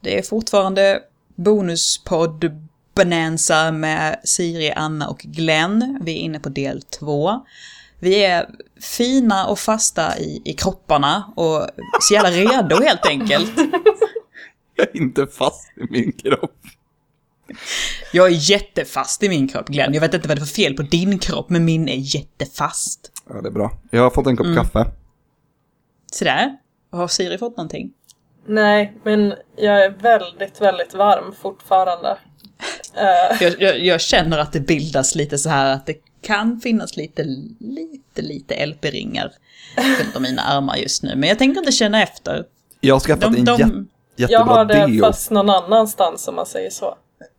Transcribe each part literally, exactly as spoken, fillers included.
Det är fortfarande bonuspodd Bonanza med Siri, Anna och Glenn. Vi är inne på del två. Vi är fina och fasta i, i kropparna och så jävla redo helt enkelt. Jag är inte fast i min kropp. Jag är jättefast i min kropp, Glenn. Jag vet inte vad det är för fel på din kropp, men min är jättefast. Ja, det är bra. Jag har fått en kopp mm. kaffe. Sådär. Har Siri fått någonting? Nej, men jag är väldigt, väldigt varm fortfarande. Uh. Jag, jag, jag känner att det bildas lite så här att det kan finnas lite, lite, lite L P-ringar runt om mina armar just nu. Men jag tänker inte känna efter. Jag har skaffat de, en de... jät- jättebra Jag har det deo. Fast någon annanstans om man säger så.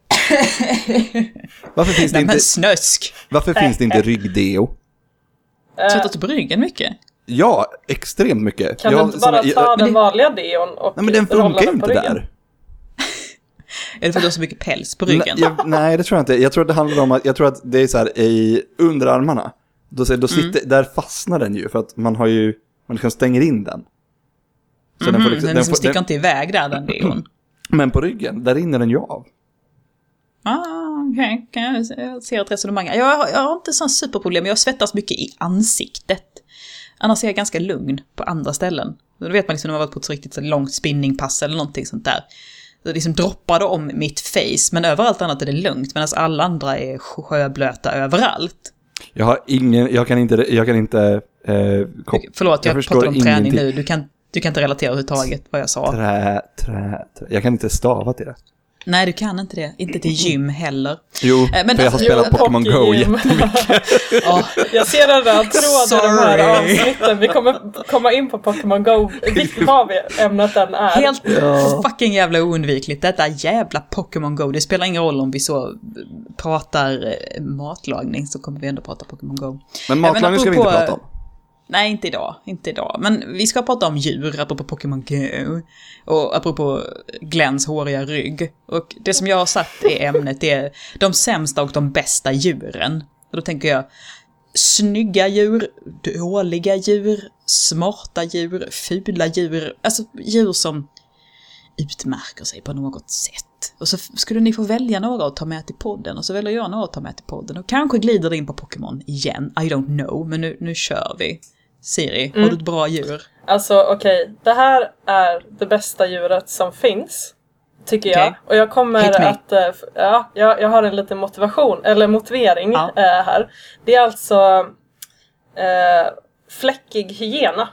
Varför finns det Nej, inte... men snösk. Varför finns det inte ryggdeo? Suttit på ryggen mycket? Ja, extremt mycket. Kan jag, du inte bara såna, ta jag, den det... vanliga deon och nej, men den funkar inte ryggen? där. Är det för att du har så mycket päls på ryggen? Nej, jag, nej, det tror jag inte. Jag tror att det handlar om att jag tror att det är så här i underarmarna. Då, då sitter, mm. Där fastnar den ju för att man har ju man kan stänga in den. Så mm-hmm, den får liksom, den, den får, sticker den, inte iväg där den deon. Men på ryggen, där rinner den ju av. Ah, okej. Okay. Jag ser ett resonemang. Jag har, jag har inte sån superproblem. Jag svettas mycket i ansiktet. Annars är jag ganska lugn på andra ställen. Då vet man liksom när man har varit på ett riktigt så långt spinningpass eller någonting sånt där. Det liksom droppade om mitt face, men överallt annat är det lugnt, medan alla andra är sjöblöta överallt. Jag har ingen, jag kan inte, jag kan inte eh, kop- Förlåt, jag, jag pratar om träning nu. Du kan, du kan inte relatera överhuvudtaget vad jag sa. Trä, trä, trä. Jag kan inte stava till det. Nej, du kan inte det. Inte till gym heller. Jo, men för jag har spelat jo, Pokémon Go jättemycket. Oh, jag ser den där tråden i de här avsnitten. Vi kommer komma in på Pokémon Go. Vilket har vi ämnet den är. Helt ja. fucking jävla oundvikligt. Detta jävla Pokémon Go. Det spelar ingen roll om vi så pratar matlagning, så kommer vi ändå prata Pokémon Go. Men matlagning ska vi inte prata om. Nej, inte idag. Inte idag. Men vi ska prata om djur, apropå Pokémon Go. Och apropå Glenns håriga rygg. Och det som jag har satt i ämnet är de sämsta och de bästa djuren. Och då tänker jag snygga djur, dåliga djur, smarta djur, fula djur. Alltså djur som utmärker sig på något sätt. Och så skulle ni få välja några att ta med till podden. Och så väljer jag några att ta med till podden. Och kanske glider det in på Pokémon igen. I don't know. Men nu, nu kör vi. Siri, mm. har du ett bra djur? Alltså okej, okay. Det här är det bästa djuret som finns, tycker okay. jag. Och jag kommer att, äh, ja, jag, jag har en liten motivation, eller motivering ja. äh, här. Det är alltså äh, fläckig hyena.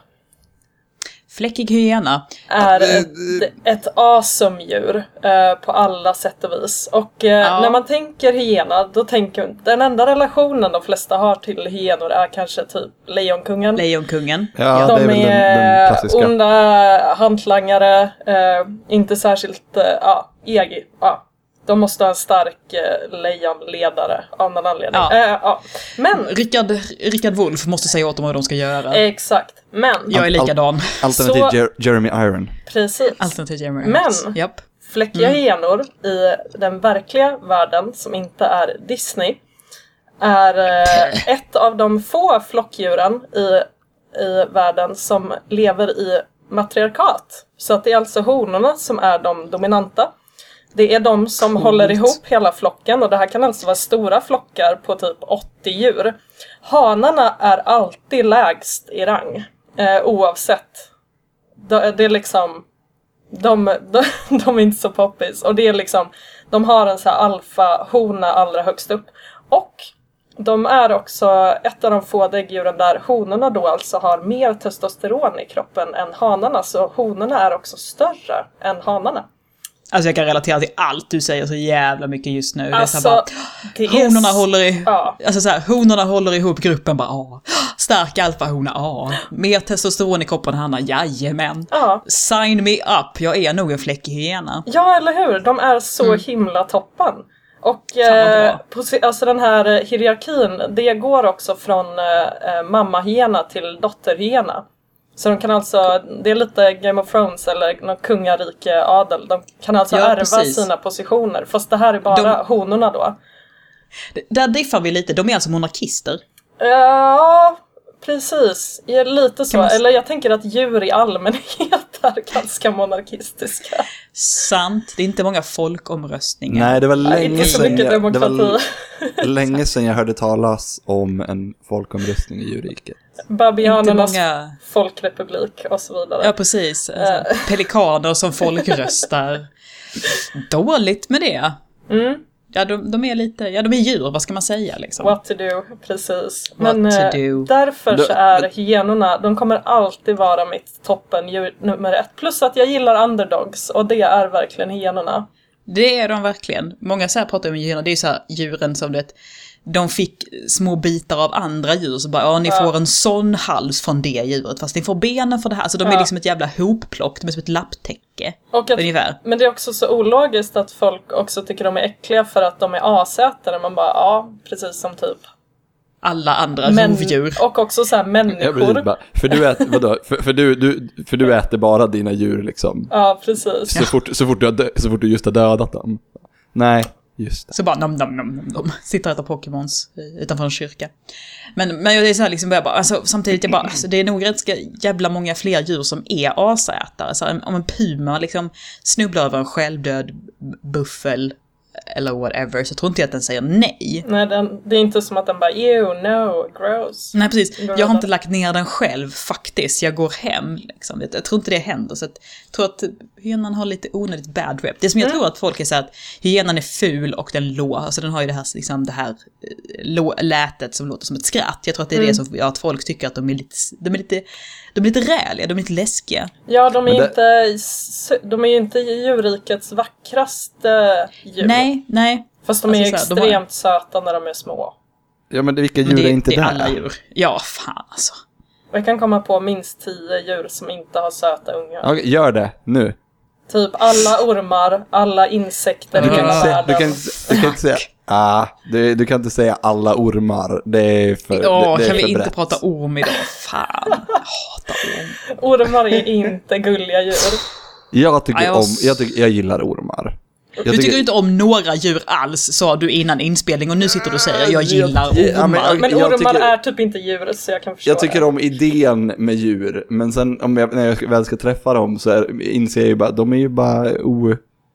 Fläckig hyena är ett, ett awesome-djur eh, på alla sätt och vis. Och eh, ja. när man tänker hyena, då tänker den enda relationen de flesta har till hyenor är kanske typ Lejonkungen. Lejonkungen. Ja, de det är, är den, den onda hantlangare, eh, inte särskilt eh, ja, egi. Ja. De måste ha en stark eh, lejonledare av någon anledning. Ja. Eh, ja. Men Rickard, Rickard Wolff måste säga åt dem vad de ska göra. Exakt. Men jag är likadan. Al- alternativ så, Jer- Jeremy Iron. Precis. Alternativ Jeremy Men yep. fläckiga mm. hyenor i den verkliga världen som inte är Disney är eh, ett av de få flockdjuren i, i världen som lever i matriarkat. Så att det är alltså honorna som är de dominanta. Det är de som Coolt. håller ihop hela flocken, och det här kan alltså vara stora flockar på typ åttio djur. Hanarna är alltid lägst i rang, eh, oavsett. Det, det är liksom, de, de, de är inte så poppis, och det är liksom, de har en så här alfa-hona allra högst upp. Och de är också ett av de få däggdjuren där honorna då alltså har mer testosteron i kroppen än hanarna, så honorna är också större än hanarna. Alltså jag kan relatera till allt du säger så jävla mycket just nu. Alltså, det är så bara, det honorna är... håller i, ja. alltså så här, honorna håller ihop gruppen bara, ah. Stark alfahona, ah. Mer testosteron i kroppen, Hanna, jajamän. Ja. Sign me up, jag är nog en fläckig hyena. Ja, eller hur? De är så mm. himla toppen. Och eh, alltså den här hierarkin, det går också från eh, mammahyena till dotterhyena. Så de kan alltså, det är lite Game of Thrones eller någon kungarike adel. De kan alltså ja, ärva precis. sina positioner. Fast det här är bara de, honorna då. Där diffar vi lite, de är alltså monarkister. Ja, precis. Jag är lite så. Man... Eller jag tänker att djur i allmänhet är ganska monarkistiska. Sant. Det är inte många folkomröstningar. Nej, det var länge, inte så sedan, mycket jag, det var demokrati. länge sedan jag hörde talas om en folkomröstning i djurriket. Babianernas många... folkrepublik och så vidare. Ja, precis. Alltså, pelikaner som folkröstar. Dåligt med det. Mm. Ja, de, de är lite, ja de är djur, vad ska man säga liksom? What to do, precis. What Men to eh, do. därför Do- så är hyenorna, de kommer alltid vara mitt toppen djur nummer ett. Plus att jag gillar underdogs, och det är verkligen hyenorna. Det är de verkligen. Många så här pratar om hyenorna, det är så här djuren som det, de fick små bitar av andra djur, så bara, ja ni Ja. får en sån hals från det djuret, fast ni får benen för det här. Så de är Ja. liksom ett jävla hopplock, de är som ett lapptäcke. Och att, Ungefär. men det är också så ologiskt att folk också tycker de är äckliga för att de är asätare. Man bara, ja, precis som typ Alla andra Men, rovdjur. och också så här människor. Ja, precis, bara, för du äter, vadå? För, för, du, du, för du äter bara dina djur liksom. Ja, precis. Så, fort, så, fort du har dö, så fort du just har dödat dem. Nej, just det. Så bara nom nom nom nom nom. Sitter och äter Pokémons utanför en kyrka. Men, men det är så här liksom, jag bara, alltså, samtidigt jag bara, alltså, det är nog ganska jävla många fler djur som är asätare. Så här, om en puma liksom snubblar över en självdöd buffel eller whatever, så tror inte jag att den säger nej. Nej, den, det är inte som att den bara, ew, no, gross. Nej, precis. Jag har inte lagt ner den själv faktiskt. Jag går hem liksom. Jag tror inte det händer. Så att, jag tror att hyenan har lite onödigt bad rep. Det som jag Mm. tror att folk är så här att hyenan är ful och den lå, alltså den har ju det här, liksom, det här eh, lå, lätet som låter som ett skratt. Jag tror att det är Mm. det som gör att folk tycker att de är lite, de är lite, de är lite räliga, de är lite läskiga. Ja, de är, Men det- inte, s- de är ju inte djurrikets vackraste djur. Nej, nej. Fast de Alltså, är så här, de har- extremt söta när de är små. Ja, men det, vilka Men djur det, är inte det är där? alla djur. Ja, fan alltså. Jag kan komma på minst tio djur som inte har söta ungar. Okej, gör det, nu. Typ alla ormar, alla insekter Du i kan, hela inte säga, du, världen. kan, inte- du kan inte säga, ah, du, du kan inte säga alla ormar. Det är för, Åh, det, det är kan vi för inte brett. prata orm idag? Fan, jag hatar orm. Ormar är inte gulliga djur. Jag tycker Ja, jag om, s- jag, tycker, jag gillar ormar. Jag Du tycker inte om några djur alls, sa du innan inspelning, och nu sitter du och säger jag gillar Jag- ja, men- ormar. Men Jag ormar tycker- är typ inte djur, så jag kan förstå Jag tycker det. om idén med djur, men sen om jag, när jag väl ska träffa dem så är, inser jag ju bara, de är ju bara o...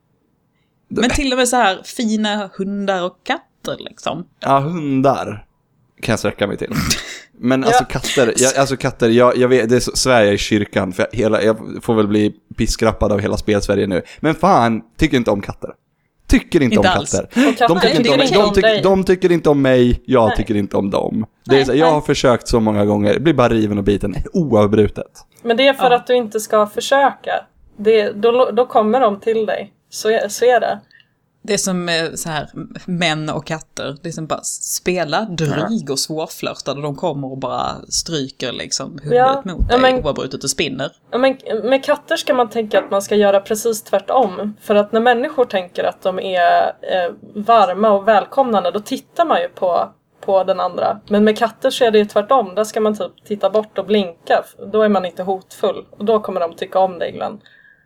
Men till och med så här fina hundar och katter liksom. Ja, hundar kan jag sträcka mig till. Men Ja. alltså katter, jag, alltså katter, jag, jag vet, det är så, Sverige i kyrkan, för jag, hela, jag får väl bli piskrappad av hela spelsverige nu. Men fan, tycker inte om katter. Tycker inte, Inte om alls. katter. Och katter De tycker, inte om, tycker de, om tycker, dig. de tycker inte om mig, jag Nej. tycker inte om dem. Det är Nej, så, jag nej. har försökt så många gånger, det blir bara riven och biten oavbrutet. Men det är för Ja. att du inte ska försöka. Det, då, då kommer de till dig. Så är, så är det. Det är som eh, så här män och katter. Det är som bara spela dryg och svårflörtade. De kommer och bara stryker liksom huvudet Ja. mot Ja, dig men- oavbrutet och spinner. Ja, men med katter ska man tänka att man ska göra precis tvärtom. För att när människor tänker att de är eh, varma och välkomnande, då tittar man ju på, på den andra. Men med katter så är det ju tvärtom. Där ska man typ titta bort och blinka. Då är man inte hotfull. Och då kommer de tycka om dig, Glenn.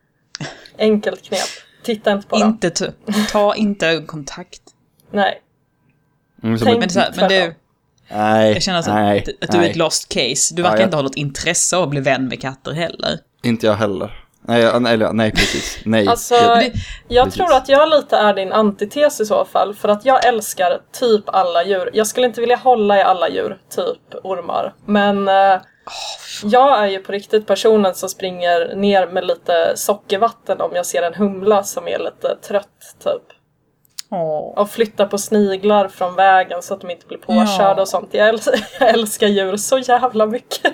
Enkelt knep. Titta inte på dem. Inte t- ta inte ögonkontakt. Nej. Mm, så Tänk- Men, det är så här, men det, nej, jag känner alltså nej, att, att du är nej. ett lost case. Du Ja, verkar jag- inte ha något intresse av att bli vän med katter heller. Inte jag heller. Nej, jag- nej, eller- nej precis. Nej. Alltså, Jag- det- jag precis. tror att jag lite är din antites i så fall. För att jag älskar typ alla djur. Jag skulle inte vilja hålla i alla djur, typ ormar. Men eh, jag är ju på riktigt personen som springer ner med lite sockervatten om jag ser en humla som är lite trött, typ. Åh. Och flyttar på sniglar från vägen så att de inte blir påkörda Ja. och sånt. Jag älskar, jag älskar djur så jävla mycket.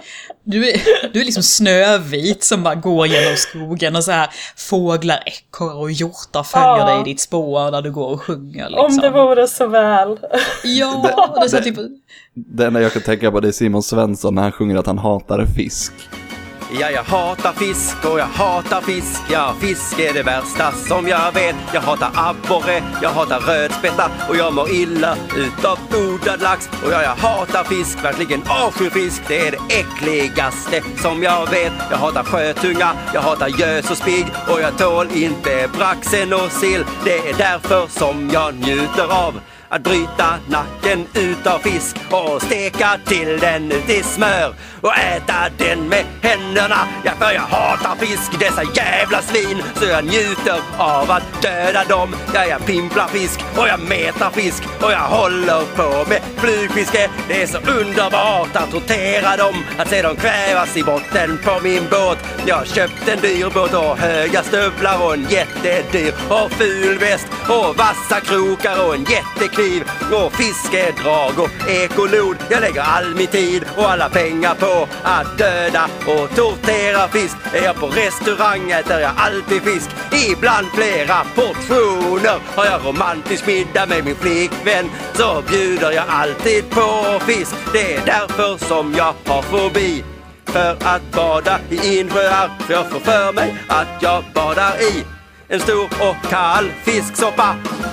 Du är, du är liksom Snövit som bara går genom skogen och så här fåglar, ekorrar och hjortar följer Ja. dig i ditt spår där du går och sjunger liksom. Om det vore så väl. Ja, det är så här, typ... Det enda jag kan tänka på det är Simon Svensson när han sjunger att han hatar fisk. Ja, jag hatar fisk och jag hatar fisk. Ja, fisk är det värsta som jag vet. Jag hatar abborre, jag hatar rödspätta och jag mår illa utav odlad lax. Och ja, jag hatar fisk, verkligen avskyr fisk. Det är det äckligaste som jag vet. Jag hatar sjötunga, jag hatar gös och spigg och jag tål inte braxen och sill. Det är därför som jag njuter av att bryta nacken utav fisk och steka till den ut i smör och äta den med händerna. Ja, för jag hatar fisk, dessa jävla svin, så jag njuter av att döda dem. Ja, jag pimplar fisk och jag metar fisk och jag håller på med flugfiske. Det är så underbart att tortera dem, att se dem kvävas i botten på min båt. Jag har köpt en dyr båt och höga stövlar och en jättedyr och ful väst och vassa krokar och en jättekniv och fiskedrag och ekolod. Jag lägger all min tid och alla pengar på att döda och tortera fisk. Är jag på restaurang äter jag alltid fisk, ibland flera portioner. Har jag romantisk middag med min flickvän så bjuder jag alltid på fisk. Det är därför som jag har fobi för att bada i insjöar, för jag får för mig att jag badar i en stor och kall fisksoppa.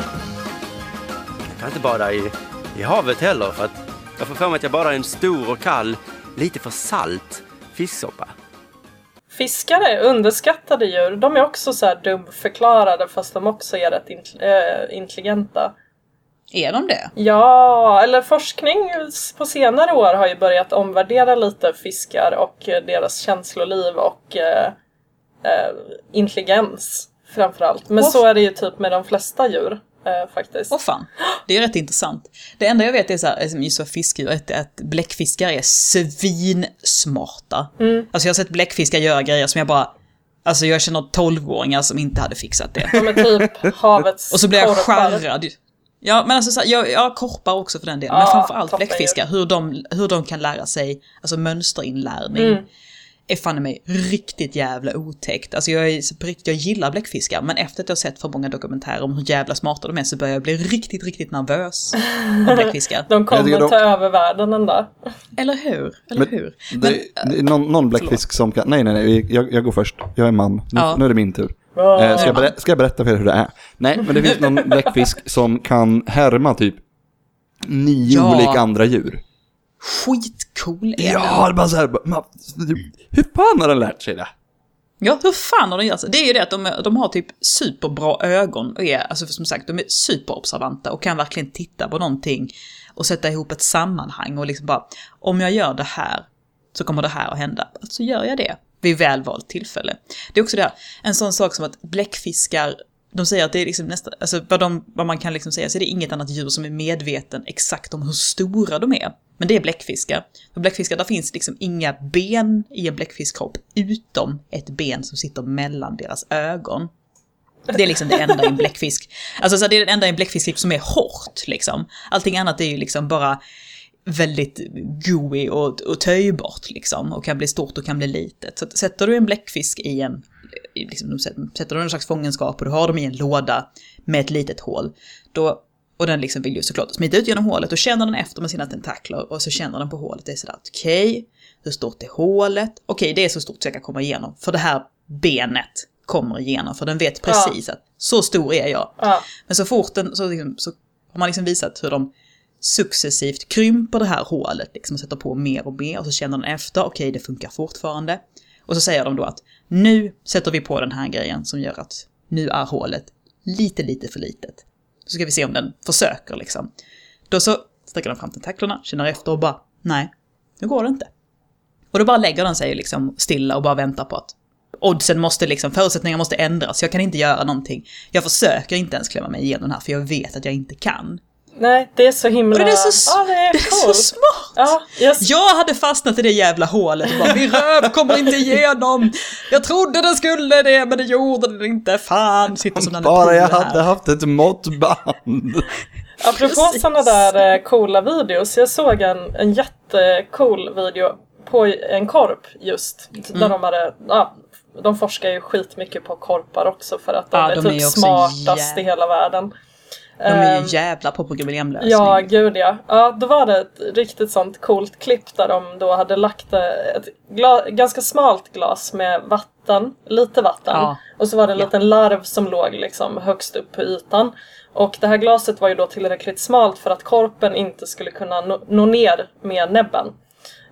Jag kan inte bada i, i havet heller, för att jag får för mig att jag badar i en stor och kall, lite för salt fisksoppa. Fiskar är underskattade djur. De är också så här dumförklarade, fast de också är rätt int- äh, intelligenta. Är de det? Ja, eller forskning på senare år har ju börjat omvärdera lite fiskar och deras känsloliv och äh, äh, intelligens framförallt. Men oh. så är det ju typ med de flesta djur. Uh, faktiskt. Åh fan, det är rätt intressant. Det enda jag vet är så här, just så fiskdjur, att, att bläckfiskar är svinsmarta. Mm. Alltså jag har sett bläckfiskar göra grejer som jag bara, alltså jag känner tolvåringar som inte hade fixat det. De är typ havets och så blir jag skärrad. Ja, men alltså så här, jag, jag korpar också för den delen. Ja, men framförallt bläckfiskar, hur de, hur de kan lära sig, alltså mönsterinlärning. Mm. är fan mig riktigt jävla otäckt. Alltså jag, är, jag gillar bläckfiskar, men efter att jag har sett för många dokumentärer om hur jävla smarta de är så börjar jag bli riktigt, riktigt nervös av bläckfiskar. De kommer de... ta över världen ändå. Eller hur? Eller men, hur? Men, det, det är någon, någon bläckfisk som kan... Nej, nej, nej. Jag, jag går först. Jag är man. Nu, ja. nu är det min tur. Oh, eh, ska, jag berätta, ska jag berätta för er hur det är? Nej, men det finns någon bläckfisk som kan härma typ nio ja. olika andra djur. Skitcool är ja, det bara så här, man, hur fan har den lärt sig det? Ja, hur fan har den gjort det? Det är ju det att de, de har typ superbra ögon och är, alltså som sagt, de är superobservanta och kan verkligen titta på någonting och sätta ihop ett sammanhang och liksom bara, om jag gör det här så kommer det här att hända. Alltså gör jag det vid välvalt tillfälle. Det är också det här, en sån sak som att bläckfiskar, de säger att det är liksom nästa, alltså vad, de, vad man kan liksom säga så är det inget annat djur som är medveten exakt om hur stora de är. Men det är bläckfiskar. För bläckfiskar, där finns liksom inga ben i en bläckfiskkropp utom ett ben som sitter mellan deras ögon. Det är liksom det enda i en bläckfisk. Alltså så det är det enda i en bläckfisk som är hårt liksom. Allting annat är ju liksom bara väldigt gooey och, och töjbart liksom. Och kan bli stort och kan bli litet. Så sätter du en bläckfisk i en, liksom, sätter du en slags fångenskap och du har dem i en låda med ett litet hål, då, och den liksom vill ju såklart smita ut genom hålet och känner den efter med sina tentakler och så känner den på hålet. Det är sådär, okej, okay, hur stort är hålet? Okej, okay, det är så stort så jag kan komma igenom. För det här benet kommer igenom, för den vet precis ja. att så stor är jag. Ja. Men så fort den, så, liksom, så har man liksom visat hur de successivt krymper det här hålet, liksom sätter på mer och mer och så känner den efter, okej, okay, det funkar fortfarande. Och så säger de då att nu sätter vi på den här grejen som gör att nu är hålet lite, lite för litet. Så ska vi se om den försöker liksom. Då så sträcker den fram tentaklerna, känner efter och bara, nej, nu går det inte. Och då bara lägger den sig liksom stilla och bara väntar på att oddsen måste liksom, förutsättningarna måste ändras. Jag kan inte göra någonting. Jag försöker inte ens klämma mig igenom den här för jag vet att jag inte kan. Nej, det är så himla... Och det är så, ja, det är det är så smart. Ja, yes. Jag hade fastnat i det jävla hålet och bara, min röv kommer inte igenom. Jag trodde den skulle det, men det gjorde den inte. Fan, sitter som den bara jag hade haft ett måttband. Apropå sådana där coola videos. Jag såg en, en jättecool video på en korp just. Där mm. de hade... Ja, de forskar ju skitmycket på korpar också för att de ja, är de typ är smartast jä... i hela världen. De är ju jävla på problemlösning. Ja, gud ja. Ja, då var det ett riktigt sånt coolt klipp där de då hade lagt ett glas, ganska smalt glas med vatten, lite vatten. Ja. Och så var det en ja. liten larv som låg liksom högst upp på ytan. Och det här glaset var ju då tillräckligt smalt för att korpen inte skulle kunna nå, nå ner med näbben.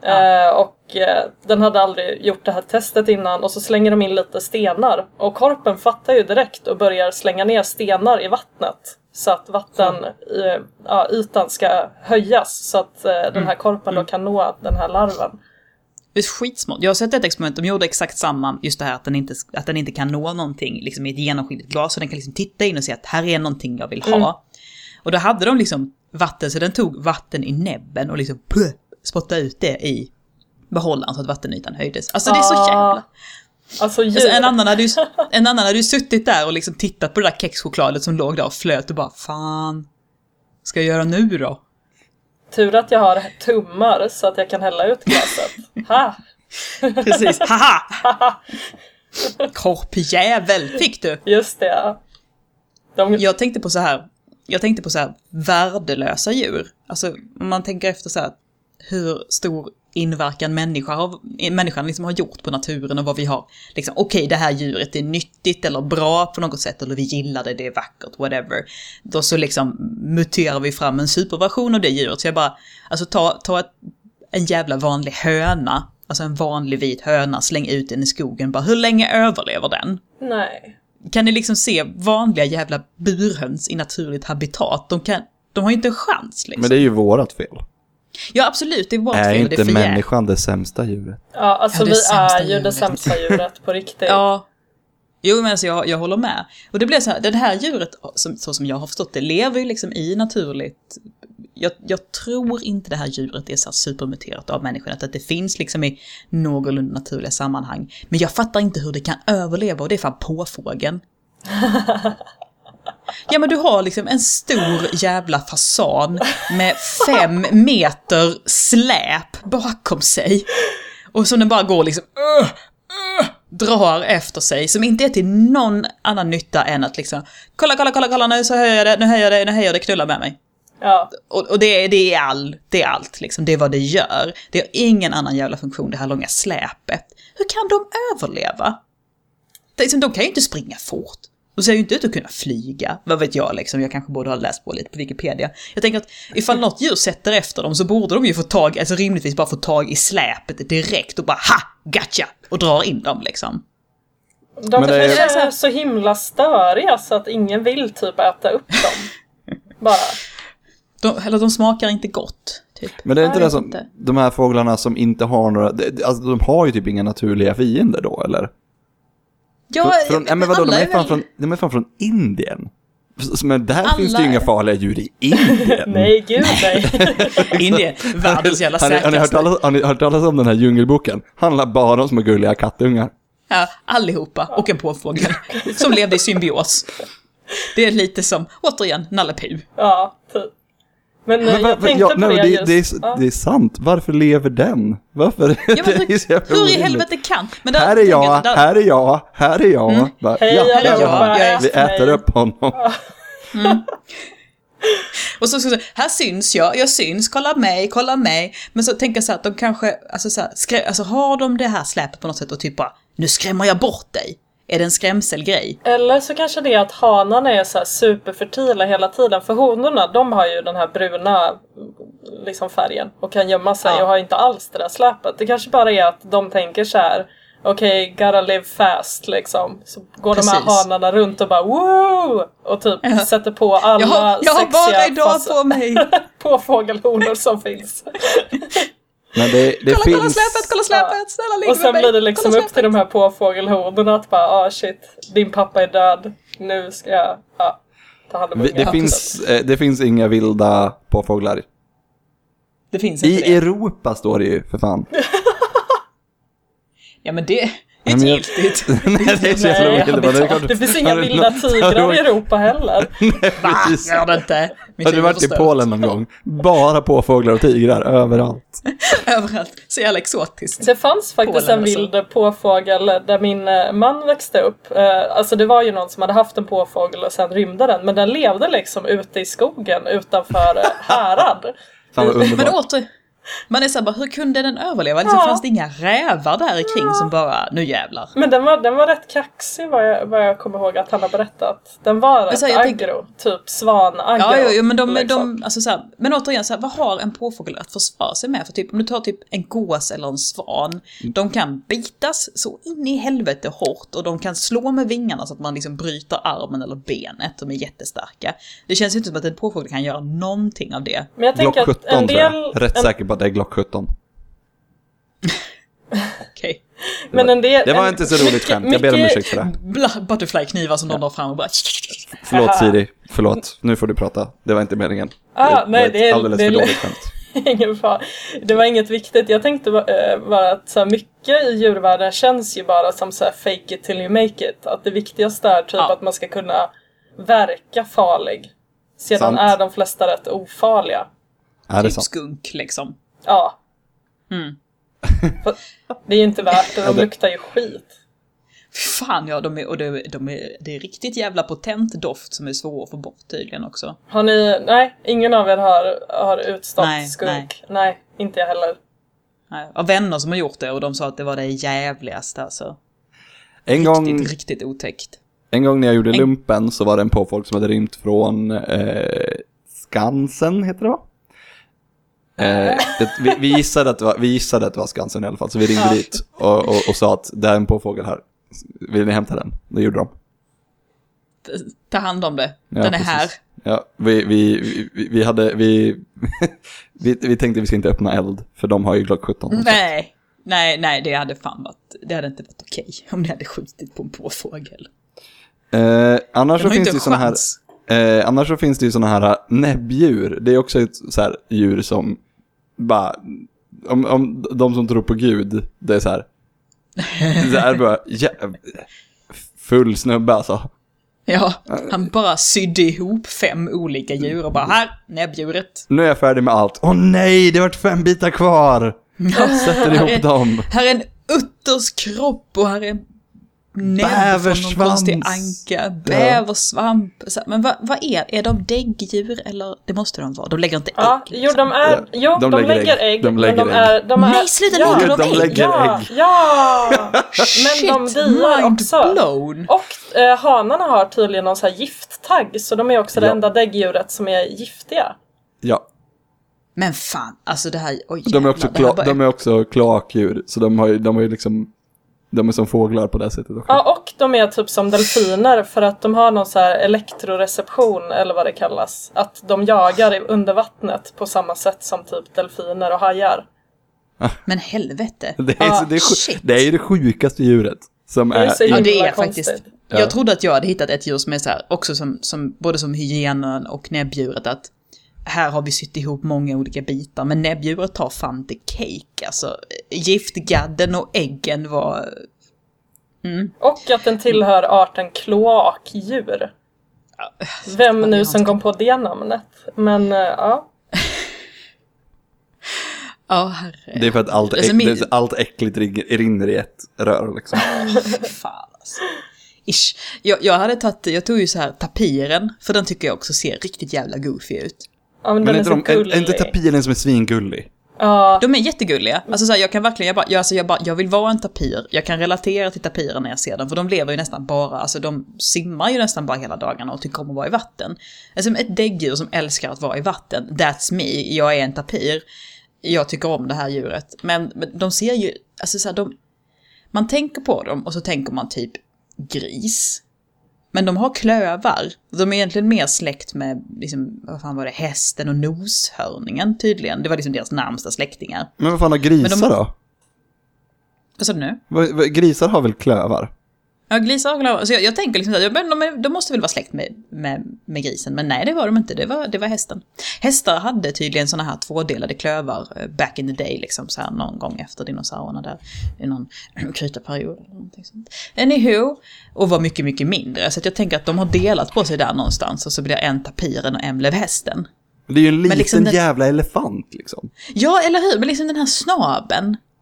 Ja. Eh, och eh, den hade aldrig gjort det här testet innan. Och så slänger de in lite stenar. Och korpen fattar ju direkt och börjar slänga ner stenar i vattnet. Så att vatten, i, ja, ytan ska höjas. Så att eh, den här korpen då kan nå den här larven. Det är skitsmart. Jag har sett ett experiment, de gjorde exakt samma, just det här att den inte, att den inte kan nå någonting liksom i ett genomskinligt glas, så den kan liksom titta in och se att här är någonting jag vill ha. Mm. Och då hade de liksom vatten, så den tog vatten i näbben och liksom puh, spottade ut det i behållaren så att vattenytan höjdes. Alltså det är så jävla... Alltså, alltså, en, annan hade ju, en annan hade ju suttit där och liksom tittat på det där kexchokladet som låg där och flöt och bara, fan, ska jag göra nu då? Tur att jag har tummar så att jag kan hälla ut glaset. Ha! Precis, haha! Korpjävel, fick du? Just det, ja. De... Jag tänkte på så här, jag tänkte på så här värdelösa djur. Alltså om man tänker efter så här hur stor inverkan människa har, människan liksom har gjort på naturen och vad vi har. Liksom, okej, okay, det här djuret är nyttigt eller bra på något sätt, eller vi gillar det, det är vackert, whatever. Då så liksom muterar vi fram en superversion av det djuret. Så jag bara, alltså ta, ta ett, en jävla vanlig höna, alltså en vanlig vit höna, släng ut den i skogen. Bara, hur länge överlever den? Nej. Kan ni liksom se vanliga jävla burhöns i naturligt habitat? De, kan, de har ju inte en chans liksom. Men det är ju vårat fel. Ja, absolut, det är vårt är fel. Är inte det är människan det sämsta djuret? Ja, alltså ja, vi är ju djuret. det sämsta djuret på riktigt. Ja, jo men alltså jag, jag håller med. Och det blir så här, det här djuret, som, så som jag har förstått det, lever ju liksom i naturligt... Jag, jag tror inte det här djuret är så här supermuterat av människan, att det finns liksom i någorlunda naturliga sammanhang. Men jag fattar inte hur det kan överleva, och det är fan påfågeln. Ja, men du har liksom en stor jävla fasan med fem meter släp bakom sig. Och som den bara går liksom uh, uh, drar efter sig, som inte är till någon annan nytta än att liksom kolla, kolla, kolla, kolla, nu så höjer jag det, nu höjer jag det, nu höjer jag det, knulla med mig. Ja. Och, och det, det är all, det är allt liksom, det är vad det gör. Det har ingen annan jävla funktion, det här långa släpet. Hur kan de överleva? Det är liksom, de kan ju inte springa fort. De ser ju inte ut att kunna flyga. Vad vet jag liksom, jag kanske borde ha läst på lite på Wikipedia. Jag tänker att ifall något djur sätter efter dem så borde de ju få tag, alltså rimligtvis bara få tag i släpet direkt och bara ha, gotcha, och drar in dem liksom. De kanske är, är så himla störiga så att ingen vill typ äta upp dem. Bara. De, eller de smakar inte gott, typ. Men det är inte Nej, det som, inte. De här fåglarna som inte har några, alltså de har ju typ inga naturliga fiender då, eller? Ja, från, ja, men vadå, de är, fan från, de är fan från Indien. Men där alla finns det ju inga farliga djur i Indien. Nej, gud nej. Indien, världens jävla säkraste. Har ni hört talas, har ni hört talas om den här djungelboken? Handlar bara om små gulliga kattungar. Ja, allihopa. Och en påfågel som levde i symbios. Det är lite som, återigen, Nalle Puh. Ja, typ. Men, men jag tänkte ja, på nej, det, det, just. det, är, ja. det är sant. Varför lever den? Varför? Ja, men, hur i helvete kan? Men här är jag, där... här är jag, här är jag. Mm. Bara, Hej, ja, ja, ja, ja, vi äter mig. upp honom. Mm. Och så, så, så här syns jag, jag syns, kolla mig, kolla mig. Men så tänker jag så här att de kanske, alltså, så här, skrä, alltså har de det här släpet på något sätt och typ bara, nu skrämmer jag bort dig. Är det en skrämselgrej? Eller så kanske det är att hanarna är så här superfertila hela tiden. För honorna, de har ju den här bruna liksom färgen och kan gömma sig ja. och har inte alls det där släpet. Det kanske bara är att de tänker så här: okej, okay, gotta live fast liksom. Så går Precis. de här hanarna runt och bara woo! Och typ ja. sätter på alla jag har, jag har bara idag på mig på fågelhonor som finns. Men det, det kolla, finns... kolla släpet, kolla släpet, ja. snälla ligg Och sen med blir det liksom kolla upp till de här påfågelhonorna att bara, ah shit, din pappa är död, nu ska jag ja, ta hand om unga. Det finns, eh, det finns inga vilda påfåglar. Det finns inte I det. Europa står det ju, för fan. Ja men det... Det är inte giltigt. Nej, det är så jävla roligt. Det finns inga vilda tigrar i Europa heller. Va? Gör det inte. Har du varit i Polen någon gång? Bara påfåglar och tigrar överallt. Överallt. Så jävla exotiskt. Det fanns faktiskt Polen, en vild alltså. påfågel där min man växte upp. Alltså det var ju någon som hade haft en påfågel och sen rymde den. Men den levde liksom ute i skogen utanför Härad. Fan vad underbart. Men åter... Man är så här, bara, hur kunde den överleva? Liksom, Ja. fanns det inga rävar där i kring som bara, nu jävlar. Men den var, den var rätt kaxig vad jag, vad jag kommer ihåg att han har berättat. Den var rätt så här, jag aggro, typ svan-aggro. Ja, jo, jo, men de, liksom. de alltså så här, men återigen, så här, vad har en påfågel att försvara sig med? För typ, om du tar typ en gås eller en svan, de kan bitas så in i helvete hårt och de kan slå med vingarna så att man liksom bryter armen eller benet. De är jättestarka. Det känns ju inte som att en påfågel kan göra någonting av det. Men jag Glock tänker att sjutton en del... tror jag. Rätt en, säker på att det är Glock sjutton. Okej. Okay. Men en del, det var en, inte så roligt skämt, jag ber om ursäkt för det. Butterfly-knivar som de drar fram och bara... Förlåt Siri, förlåt. Nu får du prata. Det var inte meningen. Ah, det nej, var det är alldeles det är, för dåligt skämt. ingen fara. Det var inget viktigt. Jag tänkte bara, bara att så här, mycket i djurvärlden känns ju bara som så här, fake it till you make it. Att det viktigaste är typ ja. att man ska kunna verka farlig. Sedan Sant. är de flesta rätt ofarliga. Ja, det är typ sant. skunk liksom. Ja. Mm. Det är ju inte värt det, de luktar ju skit. Fan ja, de är, och det, de är, det är riktigt jävla potent doft som är svår att få bort tydligen också. Har ni, nej, ingen av er har, har utstått Nej, skunk. nej. Nej, inte jag heller. Nej, av vänner som har gjort det och de sa att det var det jävligaste alltså. En gång, Riktigt, riktigt otäckt. en gång när jag gjorde En- lumpen så var det en påfolk som hade rymt från eh, Skansen, heter det va? Eh, det, vi, vi, gissade att det var, vi gissade att det var Skansen i alla fall, så vi ringde Ja. dit och, och, och sa att det är en påfågel här. Vill ni hämta den? Det gjorde de. Ta hand om det. Ja, Den är precis. här. Ja, vi, vi, vi, vi hade vi, vi, vi tänkte vi ska inte öppna eld, för de har ju Glock sjutton. Nej, nej, nej, det hade fan varit, det hade inte varit okej om ni hade skjutit på en påfågel. Eh, annars De så har ju finns inte det ju såna här chans. eh, annars så finns det ju såna här näbbdjur. Det är också ett så här djur som bara om, om de som tror på Gud, det är så här det är bara ja, full snubbe alltså. Ja, han bara sydde ihop fem olika djur och bara, här, näbbdjuret. Nu är jag färdig med allt. Åh nej, det har varit fem bitar kvar. Ja, Sätter här ihop är, dem. här är en utters kropp och här är en näbb från någon Bäversvans. konstig anka, bäversvamp. Så, men vad, vad är, är de däggdjur eller, det måste de vara, de lägger inte ägg. Ja, jo, liksom. de är, Ja, jo, de, de lägger lägger ägg. ägg. De men lägger de ägg. är, de är, Nej, sluta, ja, lägger de de ägg? lägger ja, ägg. ja, men de Shit, diar mind också. blown. Och eh, hanarna har tydligen någon så här gifttagg, så de är också det Ja. enda däggdjuret som är giftiga. Ja, Men fan, alltså det här, oj de är också jävlar, det här kla- bara- de är också kloakdjur, så de har ju de har ju liksom de är som fåglar på det sättet också. Ja, och de är typ som delfiner för att de har någon så här elektroreception eller vad det kallas. Att de jagar under vattnet på samma sätt som typ delfiner och hajar. Men helvete. Det är, Ah, så, det, är, sju- shit. det är ju det sjukaste djuret som Det är är så Ja, himla det är konstigt. faktiskt. Ja. Jag trodde att jag hade hittat ett djur som är så här, också som, som både som hyenen och näbbdjuret, att här har vi sytt ihop många olika bitar, men näbbdjuret tar fan the cake. Alltså, giftgadden och äggen var... Mm. Och att den tillhör arten kloakdjur. Vem nu som kom på det namnet. Men eh, ja. Ja, herre. Det är för att allt, Alltså, äck, min- det är så allt äckligt rinner, rinner i ett rör liksom. Fan alltså. Ish. Jag, jag hade tagit, jag tog ju så här tapiren, för den tycker jag också ser riktigt jävla goofy ut. Ja, men Men den är inte, så de, är, gullig. är inte tapiren som är svingullig? Ja, De är jättegulliga. Alltså så här, jag kan verkligen, jag bara, jag, alltså jag bara, jag vill vara en tapir. Jag kan relatera till tapiren när jag ser dem, för de lever ju nästan bara, alltså de simmar ju nästan bara hela dagarna och tycker om att vara i vatten. Alltså ett däggdjur som älskar att vara i vatten, that's me, jag är en tapir. Jag tycker om det här djuret. Men, men de ser ju, alltså så här, de, man tänker på dem och så tänker man typ gris. Men de har klövar. De är egentligen mer släkt med, liksom, vad fan var det, hästen och noshörningen tydligen. Det var liksom deras närmsta släktingar. Men vad fan har grisar Men de- då? Vad sa du nu? Vad- vad- Grisar har väl klövar? Ja, grisar och klövar. Alltså jag, jag tänker liksom att men de, är, de måste väl vara släkt med, med, med grisen. Men nej, det var de inte. Det var, det var hästen. Hästar hade tydligen såna här tvådelade klövar eh, back in the day, liksom så här någon gång efter dinosaurierna där. I någon krytarperiod eller någonting sånt. Anywho, och var mycket, mycket mindre. Så att jag tänker att de har delat på sig där någonstans. Och så blir en tapiren och en blev hästen. Det är ju en liten liksom den- jävla elefant liksom. Ja, eller hur? Men liksom den här snaben.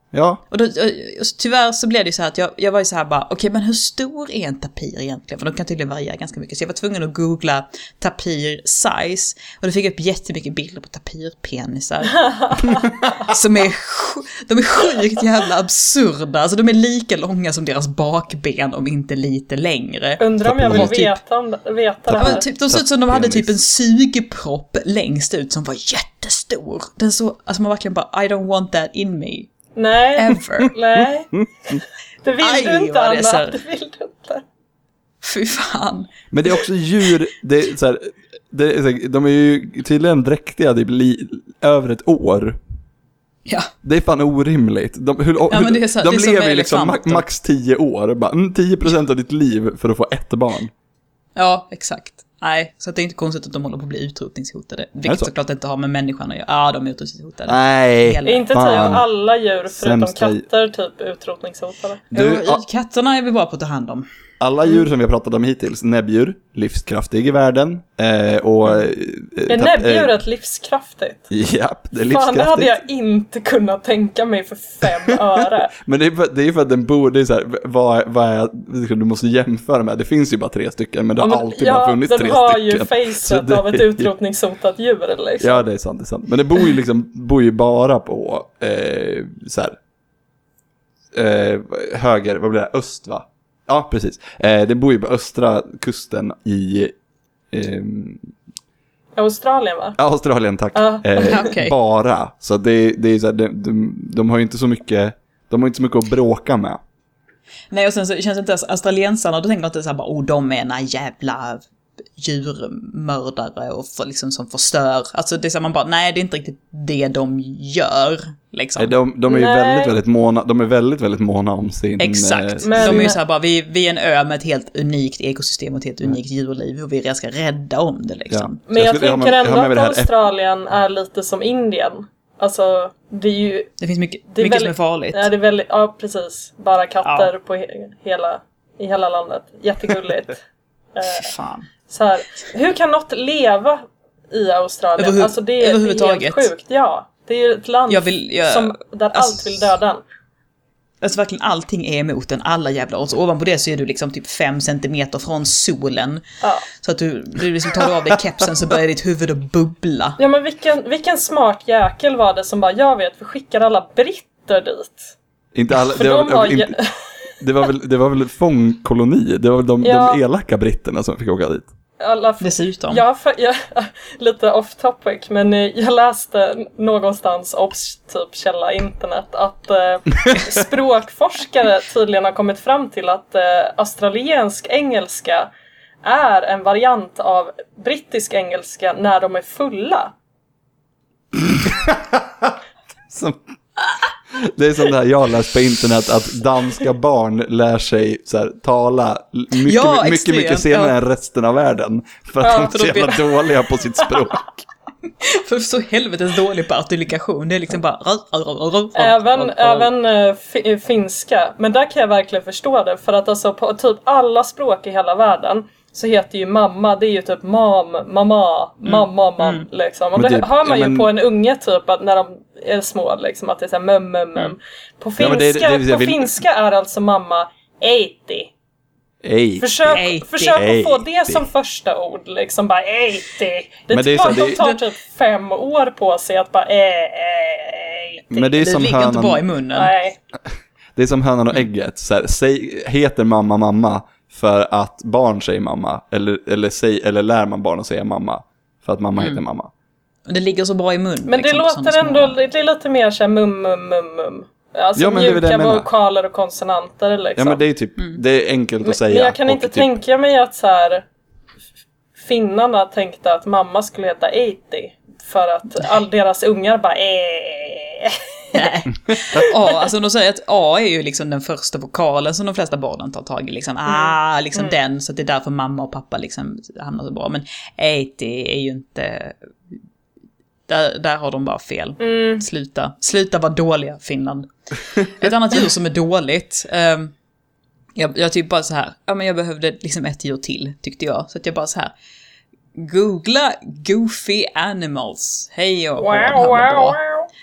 Ja. Och, då, och tyvärr så blev det så här att jag, jag var ju så här bara, okej okay, men hur stor är en tapir egentligen? För de kan tydligen variera ganska mycket. Så jag var tvungen att googla tapir size. Och då fick jag upp jättemycket bilder på tapirpenisar. Som är, de är sjukt jävla absurda. Alltså de är lika långa som deras bakben, om inte lite längre. Undrar om jag vill veta, veta det här. Ja, typ, de såg ut som de hade typ en sugpropp längst ut som var jättestor. Den så, alltså man verkligen bara, I don't want that in me. Nej, ever. Nej. Det vill Aj, du inte, Anna. det, det vill du inte. Fy fan. Men det är också djur, det är så här, det är så här, de är ju tydligen dräktiga typ li, över ett år. Ja. Det är fan orimligt. De, hur, ja, men det är så, de det är lever ju liksom max, max tio år. Bara, mm, tio procent av ditt liv för att få ett barn. Ja, exakt. Nej, så det är inte konstigt att de håller på att bli utrotningshotade. Vilket så? Såklart inte har med människan att göra. Ja, de är utrotningshotade. Nej, Hela. Inte typ alla djur förutom katter typ utrotningshotade. Du, jo, katterna är vi bara på att ta hand om. Alla djur som vi har pratat om hittills, näbbdjur, livskraftig i världen. Eh, och, eh, är näbbdjuret eh, livskraftigt? Ja, det är livskraftigt. Fan, det hade jag inte kunnat tänka mig för fem öre. Men det är, för, det är för att den bor, det är så här, vad, vad är, du måste jämföra med. Det finns ju bara tre stycken, men det har ja, men, alltid ja, bara funnits tre stycken. Ja, den har ju facet det, av ett utrotningshotat djur liksom. Ja, det är sant, det är sant. Men det bor ju liksom, bor ju bara på eh, så här, eh, höger, vad blir det, öst va? Ja, precis. Eh, det bor ju på östra kusten i... Eh, Australien, va? Australien, tack. Uh. Eh, okay. Bara. Så det, det är så här, de, de, de har ju inte så mycket... De har inte så mycket att bråka med. Nej, och sen så känns det inte australiensarna, då tänker man inte så här bara, oh, de är en jävla djurmördare och för, liksom, som förstör. Alltså det är så man bara, nej, det är inte riktigt det de gör. Liksom. Nej, de, de är ju väldigt, väldigt måna, de är väldigt, väldigt måna om sin... Exakt. Eh, Men, de är ju så här bara, vi, vi är en ö med ett helt unikt ekosystem och ett helt unikt djurliv och vi är ganska rädda om det liksom. Ja. Men jag, jag tänker jag ändå att Australien är lite som Indien. Alltså, det är ju... Det finns mycket, det är mycket väldigt, som är farligt. Ja, det är väldigt, ja, precis. Bara katter ja. på he, hela, i hela landet. Jättegulligt. eh, Fan. Så här, hur kan något leva i Australien? Överhu- alltså det är, det är helt sjukt. Ja, det är ett land jag vill, jag, som, där alltså, allt vill döda en. Alltså verkligen allting är emot den, alla jävla odds. Ovanpå det så är du liksom typ fem centimeter från solen. Ja. Så att du, du liksom tar av dig kepsen så börjar ditt huvud att bubbla. Ja, men vilken, vilken smart jäkel var det som bara, jag vet, vi skickar alla britter dit. Inte alla, det var, var inte, det var väl det var väl fångkoloni. Det var väl de, ja. de elaka britterna som fick åka dit. Alla, Dessutom. Ja, för, ja, lite off topic, men jag läste någonstans, obs, typ källa internet, att eh, språkforskare tydligen har kommit fram till att eh, australiensk engelska är en variant av brittisk engelska när de är fulla. Som... Det är som det här jag läst på internet att danska barn lär sig så här, tala mycket, ja, mycket, mycket, mycket senare ja. än resten av världen. För att ja, de är så jävla blir... dåliga på sitt språk. För så helvetes dålig på artikulation. Det är liksom bara... Även, även uh, f- finska. Men där kan jag verkligen förstå det. För att alltså på typ alla språk i hela världen så heter ju mamma, det är ju typ mam, mamma, mm. mamma, mam, mm. liksom. Och det, det hör man ju ja, men... på en unge typ att när de är små, liksom, att det är såhär mum, mum, mum. På finska, ja, det, det, det, på vill... finska är alltså mamma eighty. eighty. Försök, eighty. försök att få det som första ord, liksom bara eighty. Det är klart de tar typ fem år på sig att bara eighty. Men det är som det ligger hönan... inte bra i munnen. Nej. Det är som hönan och ägget. Så här, säg, heter mamma mamma för att barn säger mamma. Eller, eller, säg, eller lär man barn att säga mamma för att mamma mm. heter mamma. Det ligger så bra i munnen. Men det liksom, låter ändå det är lite mer så här mum, mum, mum, mum. Alltså ja, mjuka vokaler och konsonanter liksom. Ja, men det är typ mm. det är enkelt men, att säga. Men jag kan inte typ... tänka mig att så här finnarna tänkte att mamma skulle heta eighty för att all deras ungar bara eh. Nej. A, alltså de säger att A är ju liksom den första vokalen som de flesta barnen tar tag i liksom. Ah, mm. liksom mm. den, så att det är därför mamma och pappa liksom hamnar så bra. Men eighty är ju inte... Där, där har de bara fel. Mm. Sluta. Sluta vara dåliga, Finland. Ett annat djur som är dåligt. Um, jag, jag typ bara så här. Ja, men jag behövde liksom ett djur till, tyckte jag. Så att jag bara så här. Googla Goofy Animals. Hej och wow, wow, wow.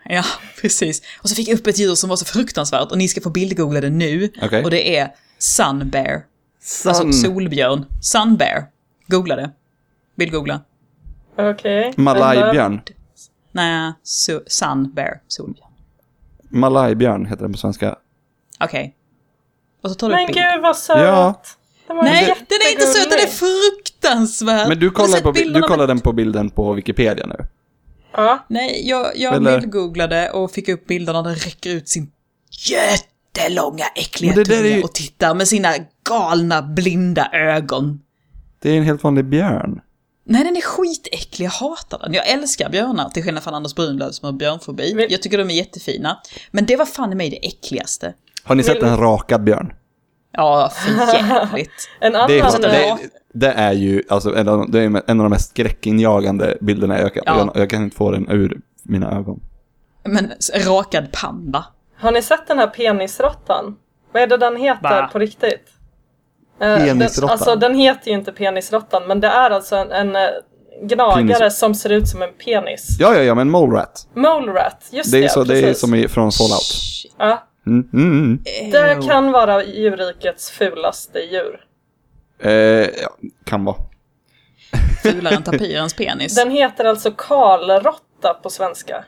Ja, precis. Och så fick jag upp ett djur som var så fruktansvärt och ni ska få bildgoogla det nu. Okay. Och det är sunbear. Sun. Alltså solbjörn. Sunbear. Googla det. Bildgoogla. Okej. Okay. Malajbjörn. Nej, so- sunbear. Solbjörn. Malajbjörn heter den på svenska. Okej. Okay. Och så tar du Men upp bild. gud vad söt. Ja. Nej, den är inte söt, den är fruktansvärd. Men du kollar, på, du kollar den på bilden på Wikipedia nu? Ja. Nej, jag, jag bildgooglade och fick upp bilderna där den räcker ut sin jättelånga äckliga tunga ju... och tittar med sina galna blinda ögon. Det är en helt vanlig björn. Nej, den är skitäcklig, jag hatar den. Jag älskar björnar, till skillnad från Anders Brunlöv som har björnfobi. Vill... Jag tycker de är jättefina. Men det var fan i mig det äckligaste. Har ni sett Vill... en rakad björn? Ja, för jävligt. En annan det, är, det, det är ju alltså, en, av, det är en av de mest skräckinjagande bilderna jag kan, ja. jag, jag kan inte få den ur mina ögon. Men rakad panda. Har ni sett den här penisråttan? Vad är det den heter Va? På riktigt? Penisråttan? Den, alltså den heter ju inte penisråttan, men det är alltså en, en gnagare Penis. Som ser ut som en penis. Ja, ja, ja, men mole rat. Mole rat, just det. Är det, så, det är som i, från Fallout. Ja. Mm, mm, mm. Det kan vara djurrikets fulaste djur. Eh, ja, kan vara. Fulare än tapirens penis. Den heter alltså kalrotta på svenska.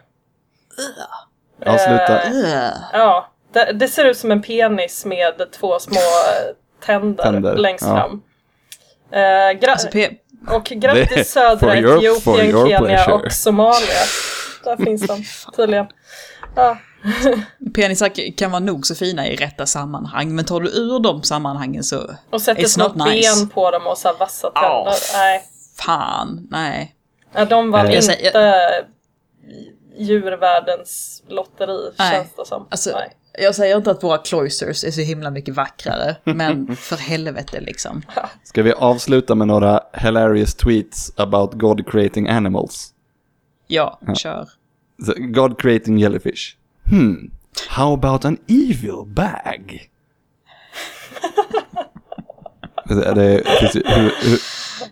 Ja, sluta. Eh, ja, det, det ser ut som en penis med två små tänder, tänder. längst ja. fram. Eh, gra- alltså, pe- och grattis södra Etiopien, Kenya pleasure. Och Somalia. Där finns de tydligen. Ja. Penisar kan vara nog så fina i rätta sammanhang, men tar du ur de sammanhangen så och sätter små nice. Ben på dem och så vassa tänder. Oh, nej. Fan, nej. Ja, de var jag inte säger, djurvärldens lotteri, nej. Känns det som. Alltså, nej. Jag säger inte att våra cloisters är så himla mycket vackrare, men för helvete liksom. Ska vi avsluta med några hilarious tweets about God creating animals? Ja, ja. Kör. So, God creating jellyfish. Hmm, how about an evil bag? det, det, finns ju, hur, hur,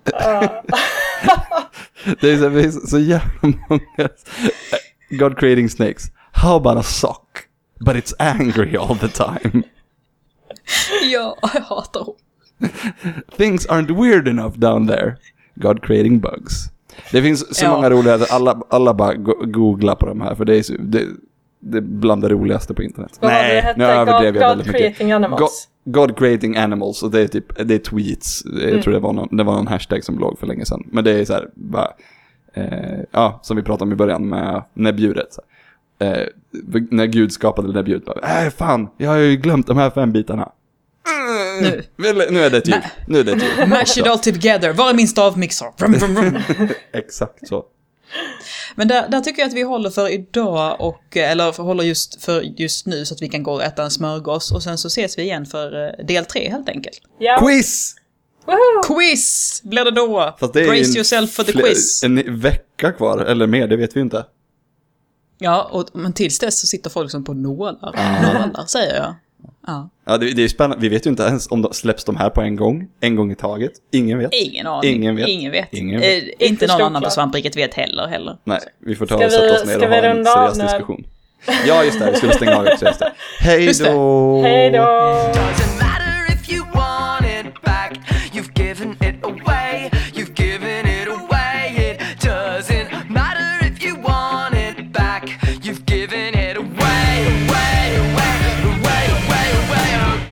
det är så, det är så, så jävla många. God creating snakes. How about a sock? But it's angry all the time. Ja, jag hatar dem. Things aren't weird enough down there. God creating bugs. Det finns så ja. många roliga, alla, alla bara go- googla på de här, för det är så, det, det är bland det roligaste på internet. Vad Nej, nu överdrev jag väldigt mycket. God creating animals. God, God creating animals, och det är typ, det är tweets. Jag mm. tror det var, någon, det var någon hashtag som låg för länge sedan. Men det är så här, bara, eh, ja, som vi pratade om i början med näbbdjuret. Så. Eh, när Gud skapade näbbdjuret, bara, äh, fan, jag har ju glömt de här fem bitarna. Nu. nu är det ett djur. Nu är det ett djur. Mash it all together. Var är min stavmixer? Vrum, vrum, vrum. Exakt så. Men där, där tycker jag att vi håller för idag, och, eller för, håller just för just nu, så att vi kan gå och äta en smörgås, och sen så ses vi igen för del tre helt enkelt. Ja. Quiz! Woohoo! Quiz blir det då. Det Brace yourself for the fler, quiz. En vecka kvar, eller mer, det vet vi inte. Ja, och, men tills dess så sitter folk som på nålar. Ah. Nålar, säger jag. Ja, ja det, det är spännande. Vi vet ju inte ens om de släpps de här på en gång. En gång i taget. Ingen vet. Ingen aning. Ingen vet. Ingen vet. Ingen vet. Eh, inte någon annan på Svampriket vet heller. heller. Nej, vi får ta och sätta oss ner och ha en seriös diskussion. Ja, just det. Vi skulle stänga av också. Hej då! Hej då!